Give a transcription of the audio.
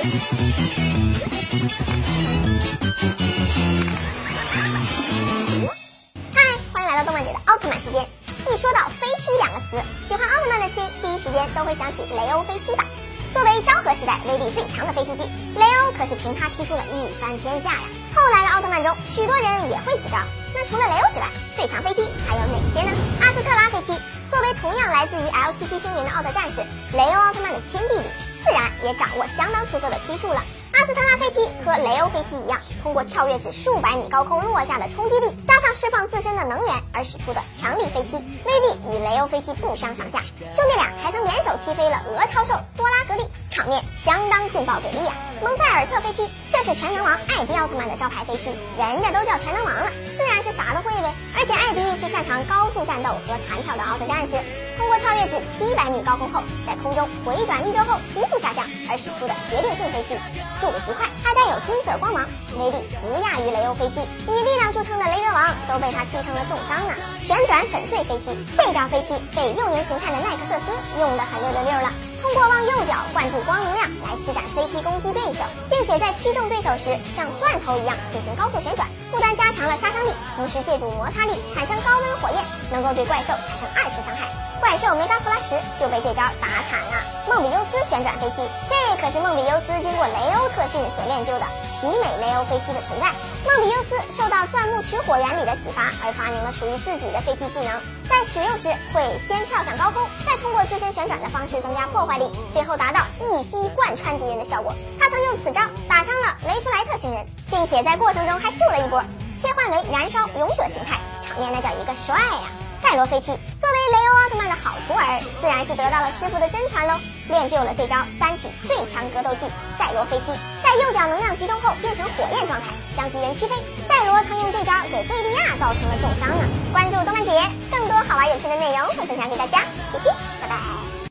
欢迎来到动漫姐的奥特曼时间。一说到飞踢两个词，喜欢奥特曼的亲第一时间都会想起雷欧飞踢吧。作为昭和时代威力最强的飞踢机，雷欧可是凭他踢出了一番天下呀。后来的奥特曼中，许多人也会此招。那除了雷欧之外，最强飞踢还有哪些呢？阿斯特拉飞踢，作为同样来自于 L77星云的奥特战士，雷欧奥特曼的亲弟弟，自然也掌握相当出色的踢术了。阿斯特拉飞踢和雷欧飞踢一样，通过跳跃至数百米高空落下的冲击力，加上释放自身的能源而使出的强力飞踢，威力与雷欧飞踢不相上下。兄弟俩还曾联手踢飞了俄超兽多拉格利，场面相当劲爆给力啊！蒙塞尔特飞踢，这是全能王艾迪奥特曼的招牌飞踢，人家都叫全能王了，自然是啥都会呗。而且艾迪是擅长高速战斗和弹跳的奥特战士，通过跳跃至700米高空后，在空中回转1周后急速下降而使出的决定性飞踢，速度极快，还带有金色光芒，威力不亚于雷欧飞踢。以力量著称的雷德王都被他踢成了重伤呢。旋转粉碎飞踢，这招飞踢被幼年形态的奈克瑟斯用得很溜了。通过往右脚灌注光能量来施展飞踢攻击对手，并且在踢中对手时像钻头一样进行高速旋转，不但加强了杀伤力，同时借助摩擦力产生高温火焰，能够对怪兽产生2次伤害。怪兽梅嘎弗拉什就被这招打惨了。梦比优斯旋转飞踢，这可是梦比优斯经过雷欧特训所练就的媲美雷欧飞踢的存在。梦比优斯受到钻木取火原理的启发，而发明了属于自己的飞踢技能，在使用时会先跳向高空，再通过自身旋转的方式增加破坏力，最后达到一击贯穿敌人的效果。他曾用此招打伤了雷弗莱特星人，并且在过程中还秀了一波，切换为燃烧勇者形态，场面那叫一个帅呀！赛罗飞踢，作为雷欧奥特曼的好徒儿，自然是得到了师傅的真传喽，练就了这招单体最强格斗技赛罗飞踢，在右脚能量集中后变成火焰状态，将敌人踢飞。赛罗曾用这招给贝利亚造成了重伤呢。关注动漫姐，更多好玩有趣的内容会分享给大家，谢谢，拜拜。